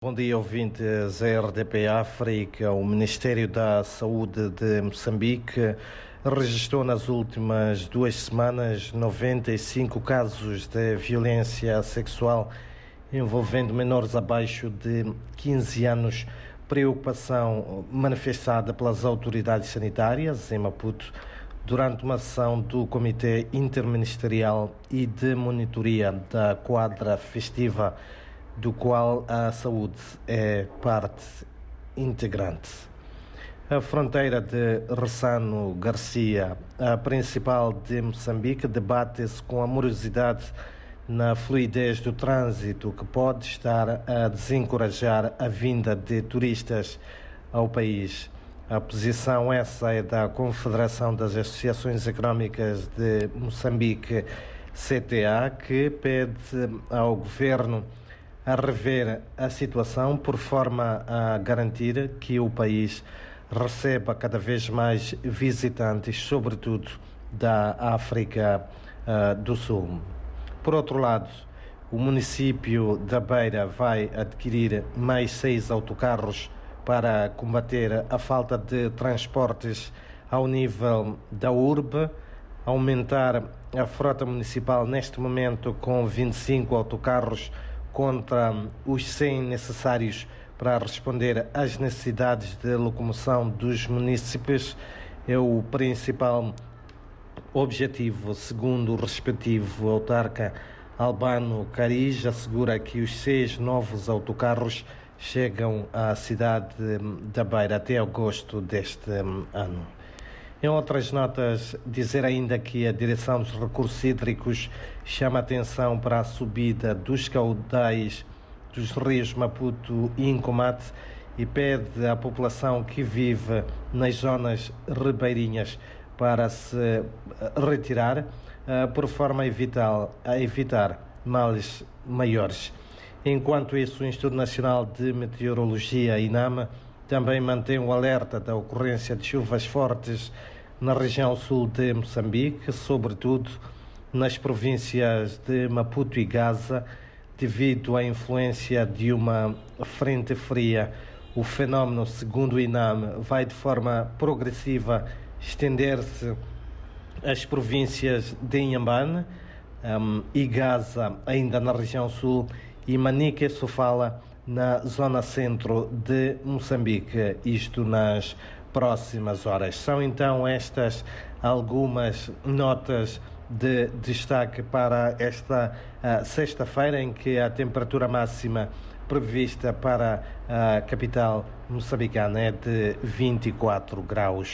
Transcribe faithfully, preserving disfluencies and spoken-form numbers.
Bom dia, ouvintes da R D P África. O Ministério da Saúde de Moçambique registrou nas últimas duas semanas noventa e cinco casos de violência sexual envolvendo menores abaixo de quinze anos, preocupação manifestada pelas autoridades sanitárias em Maputo durante uma sessão do Comitê Interministerial e de Monitoria da Quadra Festiva, do qual a saúde é parte integrante. A fronteira de Ressano Garcia, a principal de Moçambique, debate-se com amorosidade na fluidez do trânsito, que pode estar a desencorajar a vinda de turistas ao país. A posição essa é da Confederação das Associações Económicas de Moçambique, C T A, que pede ao governo a rever a situação por forma a garantir que o país receba cada vez mais visitantes, sobretudo da África uh, do Sul. Por outro lado, o município da Beira vai adquirir mais seis autocarros para combater a falta de transportes ao nível da urbe, aumentar a frota municipal neste momento com vinte e cinco autocarros contra os cem necessários para responder às necessidades de locomoção dos munícipes, é o principal objetivo, segundo o respectivo autarca Albano Cariz. Assegura que os seis novos autocarros chegam à cidade da Beira até agosto deste ano. Em outras notas, dizer ainda que a Direção dos Recursos Hídricos chama a atenção para a subida dos caudais dos rios Maputo e Incomate e pede à população que vive nas zonas ribeirinhas para se retirar, por forma a evitar, a evitar males maiores. Enquanto isso, o Instituto Nacional de Meteorologia, INAME, também mantém o alerta da ocorrência de chuvas fortes na região sul de Moçambique, sobretudo nas províncias de Maputo e Gaza, devido à influência de uma frente fria. O fenómeno, segundo o INAME, vai de forma progressiva estender-se às províncias de Inhambane um, e Gaza, ainda na região sul, e Manica e Sofala, na zona centro de Moçambique, isto nas próximas horas. São então estas algumas notas de destaque para esta uh, sexta-feira, em que a temperatura máxima prevista para a capital moçambicana é de vinte e quatro graus.